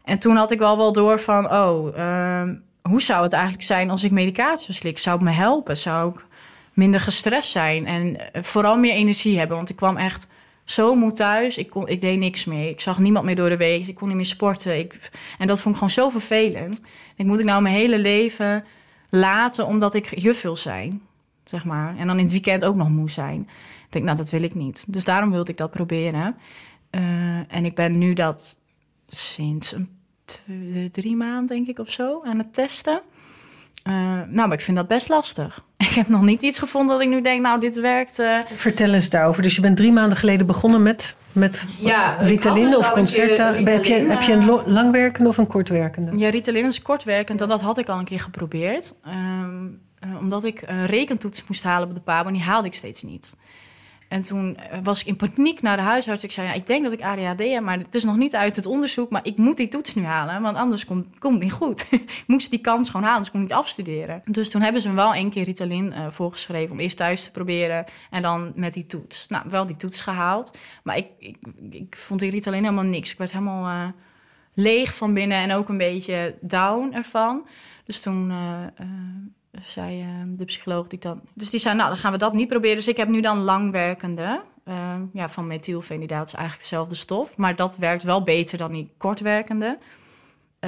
En toen had ik wel wel door van... oh, uh, hoe zou het eigenlijk zijn als ik medicatie slik? Zou het me helpen? Zou ik minder gestrest zijn? En uh, vooral meer energie hebben. Want ik kwam echt zo moe thuis. Ik, kon, ik deed niks meer. Ik zag niemand meer door de week. Ik kon niet meer sporten. Ik, en dat vond ik gewoon zo vervelend. Ik moet ik nou mijn hele leven laten... omdat ik juf wil zijn, zeg maar. En dan in het weekend ook nog moe zijn. Ik denk, nou, dat wil ik niet. Dus daarom wilde ik dat proberen. Uh, en ik ben nu dat... sinds een twee, drie maanden, denk ik, of zo, aan het testen. Uh, nou, maar ik vind dat best lastig. Ik heb nog niet iets gevonden dat ik nu denk, nou, dit werkt. Uh... Vertel eens daarover. Dus je bent drie maanden geleden begonnen met, met ja, Ritalin dus of Concerta. Ritalin, heb, je, heb je een lo- langwerkende of een kortwerkende? Ja, Ritalin is kortwerkend en dat had ik al een keer geprobeerd. Um, uh, omdat ik een rekentoets moest halen op de P A B en die haalde ik steeds niet. En toen was ik in paniek naar de huisarts. Ik zei, ja, ik denk dat ik A D H D heb, maar het is nog niet uit het onderzoek. Maar ik moet die toets nu halen, want anders komt, komt het niet goed. Ik moest die kans gewoon halen, anders kon ik niet afstuderen. Dus toen hebben ze me wel één keer Ritalin uh, voorgeschreven... om eerst thuis te proberen en dan met die toets. Nou, wel die toets gehaald. Maar ik, ik, ik vond die Ritalin helemaal niks. Ik werd helemaal uh, leeg van binnen en ook een beetje down ervan. Dus toen... Uh, uh, zei uh, de psycholoog die dan... Dus die zei, nou, dan gaan we dat niet proberen. Dus ik heb nu dan langwerkende... Uh, ja, van methylfenidaat is eigenlijk dezelfde stof. Maar dat werkt wel beter dan die kortwerkende. Uh,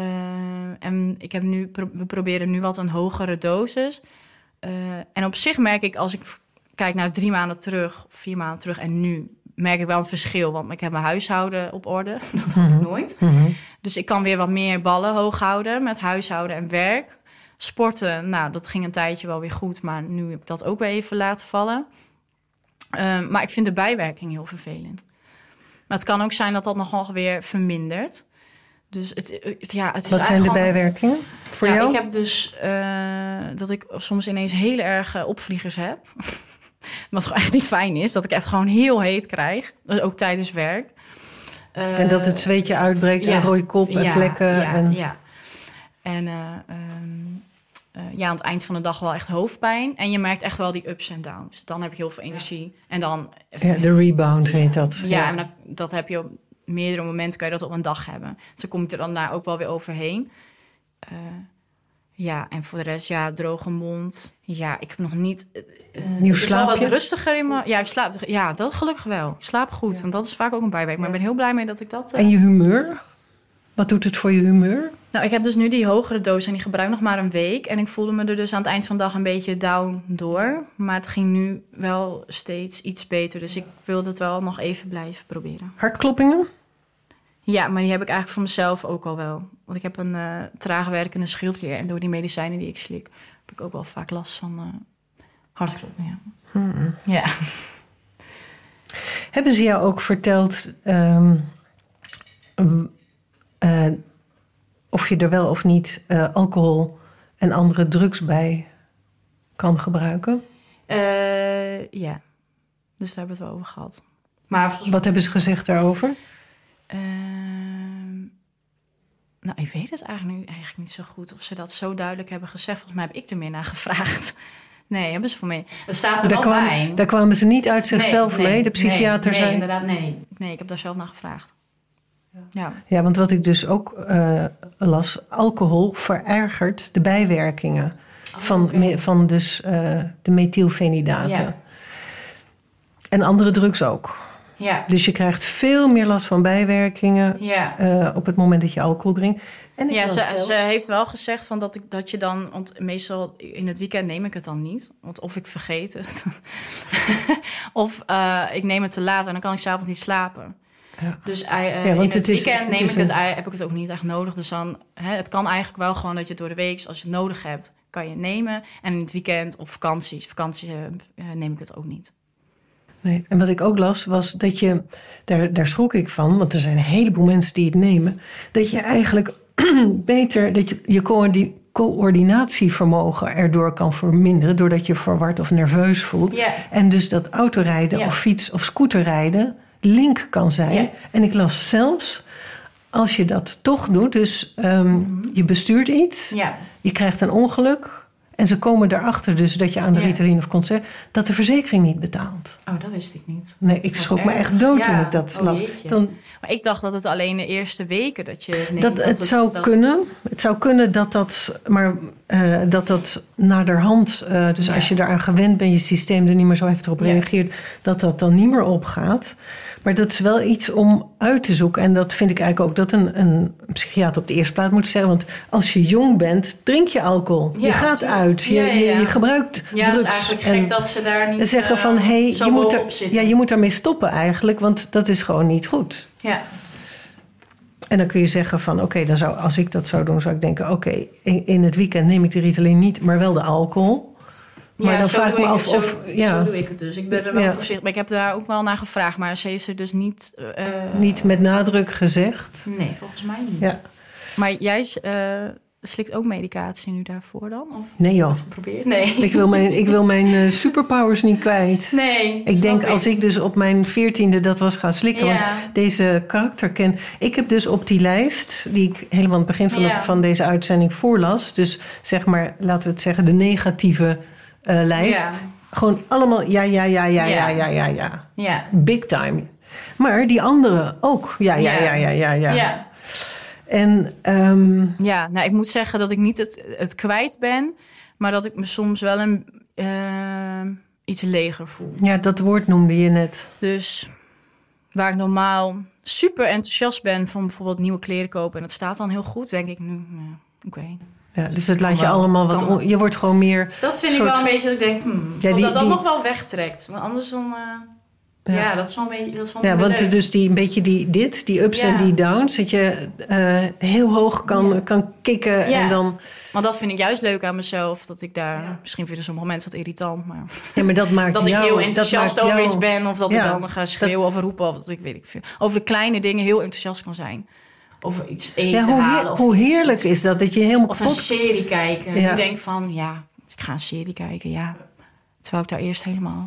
en ik heb nu, pro- we proberen nu wat een hogere dosis. Uh, en op zich merk ik, als ik kijk naar drie maanden terug... of vier maanden terug en nu... merk ik wel een verschil, want ik heb mijn huishouden op orde. Dat had mm-hmm. ik nooit. Mm-hmm. Dus ik kan weer wat meer ballen hoog houden... met huishouden en werk... Sporten, nou, dat ging een tijdje wel weer goed... maar nu heb ik dat ook weer even laten vallen. Uh, maar ik vind de bijwerking heel vervelend. Maar het kan ook zijn dat dat nogal weer vermindert. Dus het, het, ja, het is Wat zijn de gewoon... bijwerkingen voor ja, jou? Ik heb dus uh, dat ik soms ineens hele erge opvliegers heb. Wat gewoon echt niet fijn is. Dat ik echt gewoon heel heet krijg. Ook tijdens werk. Uh, en dat het zweetje uitbreekt ja, en rode kop en ja, vlekken. Ja, en... ja. En uh, um, uh, ja, aan het eind van de dag wel echt hoofdpijn. En je merkt echt wel die ups en downs. Dan heb je heel veel energie. En dan... Ja, de rebound heet dat. Ja, ja. En dat, dat heb je op meerdere momenten, kan je dat op een dag hebben. Dus dan kom je er dan daar ook wel weer overheen. Uh, ja, en voor de rest, ja, droge mond. Ja, ik heb nog niet... Uh, Nieuw slaapje? Het is wel wat rustiger in mijn... Ja, ik slaap... Ja, dat gelukkig wel. Ik slaap goed, ja. Want dat is vaak ook een bijwerking. Maar ja. Ik ben heel blij mee dat ik dat... Uh... En je humeur? Wat doet het voor je humeur? Nou, ik heb dus nu die hogere doos en die gebruik nog maar een week. En ik voelde me er dus aan het eind van de dag een beetje down door. Maar het ging nu wel steeds iets beter. Dus ik wilde het wel nog even blijven proberen. Hartkloppingen? Ja, maar die heb ik eigenlijk voor mezelf ook al wel. Want ik heb een uh, traag werkende schildklier. En door die medicijnen die ik slik, heb ik ook wel vaak last van uh, hartkloppingen. Hmm. Ja. Hebben ze jou ook verteld... Um, um, uh, of je er wel of niet uh, alcohol en andere drugs bij kan gebruiken? Uh, ja, dus daar hebben we het wel over gehad. Maar volgens... Wat hebben ze gezegd daarover? Uh, nou, ik weet het eigenlijk nu eigenlijk niet zo goed of ze dat zo duidelijk hebben gezegd. Volgens mij heb ik er meer naar gevraagd. Nee, hebben ze voor mij. Het staat er daar wel kwam, bij. Daar kwamen ze niet uit zichzelf nee, nee, mee, de psychiater nee, zei... Nee, inderdaad, nee. Nee, ik heb daar zelf naar gevraagd. Ja. ja, want wat ik dus ook uh, las, alcohol verergert de bijwerkingen oh, van, okay. me, van dus, uh, de methylfenidaten. Ja. En andere drugs ook. Ja. Dus je krijgt veel meer last van bijwerkingen ja. uh, op het moment dat je alcohol drinkt. En ja, ze, zelfs... ze heeft wel gezegd van dat, ik, dat je dan... Want meestal in het weekend neem ik het dan niet. Want of ik vergeet het. of uh, ik neem het te laat en dan kan ik 's avonds niet slapen. Ja. Dus uh, ja, in het, het weekend is, neem het ik het, een... heb ik het ook niet echt nodig. Dus dan, hè, het kan eigenlijk wel gewoon dat je het door de week, als je het nodig hebt, kan je het nemen. En in het weekend of vakanties, vakantie uh, neem ik het ook niet. Nee, en wat ik ook las, was dat je, daar, daar schrok ik van, want er zijn een heleboel mensen die het nemen, dat je eigenlijk beter, dat je je coördi- coördinatievermogen erdoor kan verminderen, doordat je verward of nerveus voelt. Yeah. En dus dat autorijden yeah. of fiets- of scooterrijden link kan zijn. Yeah. En ik las zelfs, als je dat toch doet, dus um, mm-hmm. je bestuurt iets, yeah. je krijgt een ongeluk En ze komen erachter dus dat je aan de Ja. Ritalin of concert... dat de verzekering niet betaalt. Oh, dat wist ik niet. Nee, ik Wat schrok me erg. echt dood Ja. toen ik dat Oh, las. jeetje. Dan, Maar ik dacht dat het alleen de eerste weken dat je het neemt. dat, het zou dat- kunnen. Het zou kunnen dat dat... Maar uh, dat dat naderhand... Uh, dus Ja. als je daaraan gewend bent... je systeem er niet meer zo heftig op Ja. reageert... dat dat dan niet meer opgaat. Maar dat is wel iets om uit te zoeken. En dat vind ik eigenlijk ook dat een, een psychiater op de eerste plaats moet zeggen. Want als je jong bent, drink je alcohol. Ja, je gaat tuurlijk. uit. Je, Ja, ja, ja. je, je gebruikt Ja, drugs. het is eigenlijk gek en dat ze daar niet zeggen uh, van, hey, zo je moet, bovenop er, zitten. ja, je moet daarmee stoppen eigenlijk. Want dat is gewoon niet goed. Ja. En dan kun je zeggen van, oké, okay, dan zou als ik dat zou doen, zou ik denken... oké, okay, in, in het weekend neem ik de Ritalin niet, maar wel de alcohol. Maar ja, dan zo vraag ik doe me ik, af zo, of... Ja, zo doe ik het dus. Ik ben er wel Ja. voorzichtig. Maar ik heb daar ook wel naar gevraagd. Maar ze heeft er dus niet... Uh, niet met nadruk gezegd. Nee, volgens mij niet. Ja. Maar jij uh, slikt ook medicatie nu daarvoor dan? Of Nee joh. probeer? Nee. Ik wil mijn, ik wil mijn uh, superpowers niet kwijt. Nee. Ik denk ik. als ik dus op mijn veertiende dat was gaan slikken... Ja. want deze karakter ken... Ik heb dus op die lijst, die ik helemaal aan het begin van, Ja. de, van deze uitzending voorlas... dus zeg maar, laten we het zeggen, de negatieve uh, lijst... Ja. Gewoon allemaal ja, ja, ja, ja, ja, Ja. ja, ja, ja. Ja. Big time. Maar die andere ook. Ja, ja, ja, ja, ja, ja. Ja. En um, Ja, nou, ik moet zeggen dat ik niet het, het kwijt ben... maar dat ik me soms wel een uh, iets leger voel. ja, dat woord noemde je net. Dus waar ik normaal super enthousiast ben... van bijvoorbeeld nieuwe kleren kopen... en dat staat dan heel goed, denk ik nu... Nou, oké. Okay. Ja, dus het laat je wel, allemaal wat... On, je wordt gewoon meer... Dus dat vind soort, ik wel een beetje dat ik denk... Hmm, ja, of die, dat dat die, nog wel wegtrekt. Want anders dan... Uh, ja. ja, dat is wel een beetje... Dat is wel ja, want leuk. dus die, een beetje die, dit, die ups Ja. en die downs... dat je uh, heel hoog kan, ja. kan kicken ja. en dan... Maar dat vind ik juist leuk aan mezelf. Dat ik daar... Ja. Misschien vinden sommige mensen dat irritant, maar... Ja, maar dat maakt dat jou... ik heel enthousiast over jou, iets ben... of dat ja, ik dan ga schreeuwen dat, of roepen... of dat ik weet ik veel. Over de kleine dingen heel enthousiast kan zijn. Over iets eten ja, hoe, halen. Of hoe iets, heerlijk iets, is dat? Dat je helemaal Of een kapot... serie kijken. Ja. En ik denk van, ja, ik ga een serie kijken, ja. Terwijl ik daar eerst helemaal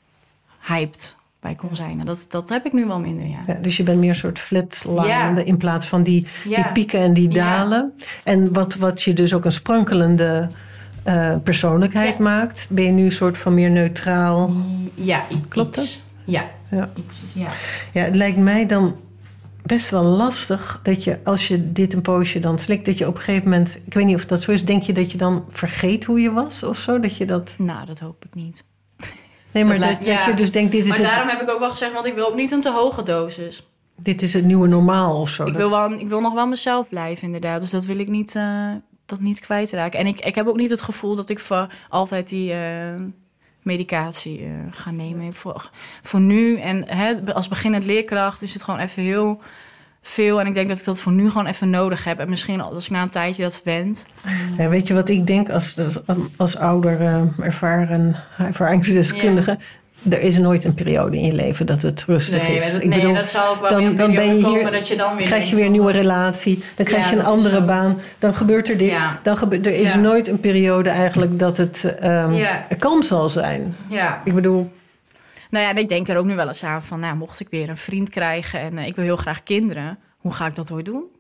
hyped bij kon zijn. En dat, dat heb ik nu wel minder, ja. Ja, dus je bent meer een soort flatline Ja. in plaats van die, Ja. die pieken en die dalen. Ja. En wat, wat je dus ook een sprankelende uh, persoonlijkheid ja. maakt. Ben je nu een soort van meer neutraal? Ja, iets. Klopt dat? Ja. Ja. Iets, ja. Ja, het lijkt mij dan best wel lastig dat je, als je dit een poosje dan slikt, dat je op een gegeven moment, ik weet niet of dat zo is, denk je dat je dan vergeet hoe je was of zo? Dat je dat... Nou, dat hoop ik niet. Nee, maar dat, dat, ja. dat je dus denkt, dit is, maar het, daarom heb ik ook wel gezegd, want ik wil ook niet een te hoge dosis. dit is het nieuwe normaal of zo. Ik dat... wil, wel, ik wil nog wel mezelf blijven, inderdaad. Dus dat wil ik niet, uh, dat niet kwijtraken. En ik, ik heb ook niet het gevoel dat ik voor altijd die uh, medicatie uh, ga nemen. Voor, voor nu en hè, als beginnend leerkracht is het gewoon even heel veel. En ik denk dat ik dat voor nu gewoon even nodig heb. En misschien als ik na een tijdje dat wend. Ja, weet je wat ik denk als, als, als ouder uh, ervaren ervaringsdeskundige? Ja. Er is nooit een periode in je leven dat het rustig nee, is. Dat, ik nee, bedoel, dat zal ook wel dan, weer een dan ben je komen hier, dat je dan weer krijg je weer een nieuwe relatie. Dan krijg ja, je een andere zo. baan. Dan gebeurt er dit. Ja. Dan gebe- er is ja. nooit een periode eigenlijk dat het um, ja. kalm zal zijn. Ja. Ik bedoel... Nou ja, en ik denk er ook nu wel eens aan van... nou, mocht ik weer een vriend krijgen en uh, ik wil heel graag kinderen... hoe ga ik dat ooit doen?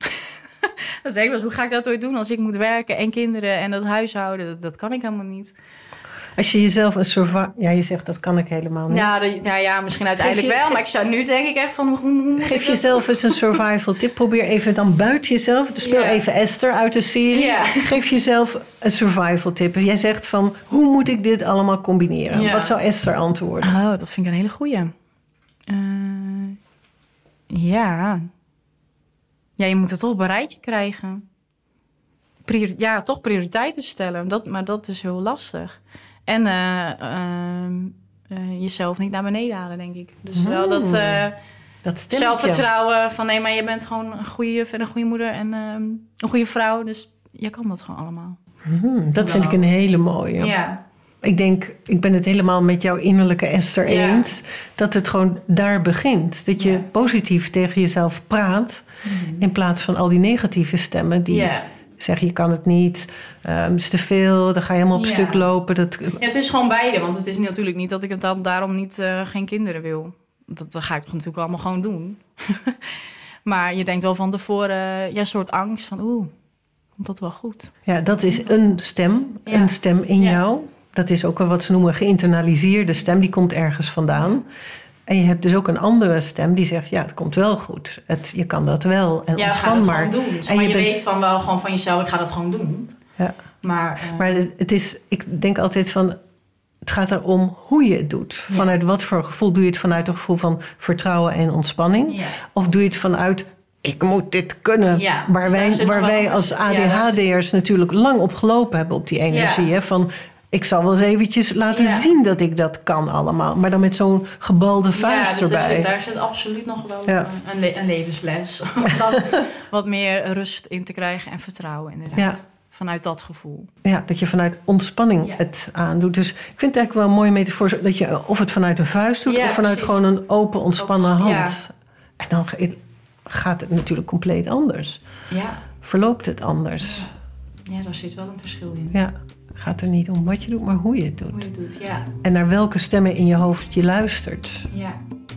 Dat denk ik wel eens, hoe ga ik dat ooit doen als ik moet werken en kinderen en dat huishouden? Dat, dat kan ik helemaal niet. Als je jezelf een survival... Ja, je zegt dat kan ik helemaal niet. Ja, de, nou ja, misschien uiteindelijk je, wel. ge- Maar ik zou nu denk ik echt van... Hoe, hoe Geef jezelf eens een survival tip. Probeer even dan buiten jezelf... Speel ja. even Esther uit de serie. Ja. Geef jezelf een survival tip. Jij zegt van... Hoe moet ik dit allemaal combineren? Ja. Wat zou Esther antwoorden? Oh, dat vind ik een hele goeie. Uh, ja... Ja, je moet het toch op een rijtje krijgen. Priori- ja, toch prioriteiten stellen. Dat, maar dat is heel lastig. En uh, uh, uh, jezelf niet naar beneden halen, denk ik. Dus wel dat, uh, dat zelfvertrouwen van... nee, maar je bent gewoon een goede juf en een goede moeder... en uh, een goede vrouw. Dus je kan dat gewoon allemaal. Hmm, dat vind ik een hele mooie. Ja. Ik denk, ik ben het helemaal met jouw innerlijke Esther ja. eens... dat het gewoon daar begint. Dat je ja. positief tegen jezelf praat... Mm-hmm. in plaats van al die negatieve stemmen die ja. zeggen... je kan het niet, um, het is te veel, dan ga je helemaal op ja. stuk lopen. Dat... Ja, het is gewoon beide, want het is natuurlijk niet dat ik het dan daarom niet uh, geen kinderen wil. Dat, dat ga ik natuurlijk allemaal gewoon doen. Maar je denkt wel van tevoren, ja, een soort angst van... oeh, komt dat wel goed? Ja, dat is een stem. ja. een stem in ja. jou. Dat is ook wel wat ze noemen geïnternaliseerde stem. Die komt ergens vandaan. En je hebt dus ook een andere stem die zegt... ja, het komt wel goed. Het, je kan dat wel. En ja, ontspan ga maar. Het gewoon doen. En maar je, je bent... weet van wel gewoon van jezelf... ik ga dat gewoon doen. Ja. Maar, uh... maar het is... ik denk altijd van... het gaat erom hoe je het doet. Ja. Vanuit wat voor gevoel. Doe je het vanuit een gevoel van vertrouwen en ontspanning? Ja. Of doe je het vanuit... ik moet dit kunnen. Ja, waar dus wij, waar wij als A D H D'ers ja, natuurlijk lang op gelopen hebben op die energie. Ja. Hè, van, ik zal wel eens eventjes laten ja. zien dat ik dat kan allemaal. Maar dan met zo'n gebalde vuist ja, dus erbij. Daar zit, daar zit absoluut nog wel ja. een, le- een levensles. Om dat wat meer rust in te krijgen en vertrouwen inderdaad. Ja. Vanuit dat gevoel. Ja, dat je vanuit ontspanning ja. het aandoet. Dus ik vind het eigenlijk wel een mooie metafoor. Dat je of het vanuit een vuist doet... Ja, of vanuit precies. gewoon een open, ontspannen hand. Ja. En dan gaat het natuurlijk compleet anders. Ja. Verloopt het anders. Ja. ja, daar zit wel een verschil in. Ja, gaat er niet om wat je doet, maar hoe je het doet. Hoe je het doet, ja. En naar welke stemmen in je hoofd je luistert. Ja.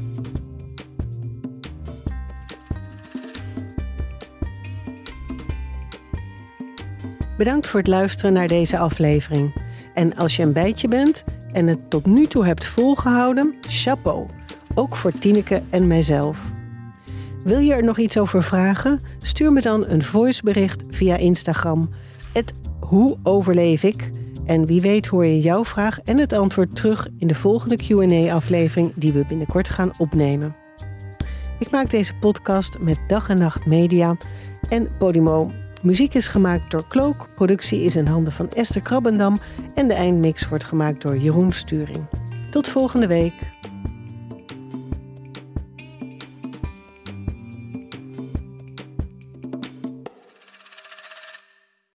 Bedankt voor het luisteren naar deze aflevering. En als je een bijtje bent en het tot nu toe hebt volgehouden, chapeau. Ook voor Tineke en mijzelf. Wil je er nog iets over vragen? Stuur me dan een voicebericht via Instagram. Het Hoe overleef ik? En wie weet hoor je jouw vraag en het antwoord terug in de volgende Q en A-aflevering die we binnenkort gaan opnemen. Ik maak deze podcast met Dag en Nacht Media en Podimo. Muziek is gemaakt door Cloak, productie is in handen van Esther Krabbendam en de eindmix wordt gemaakt door Jeroen Sturing. Tot volgende week.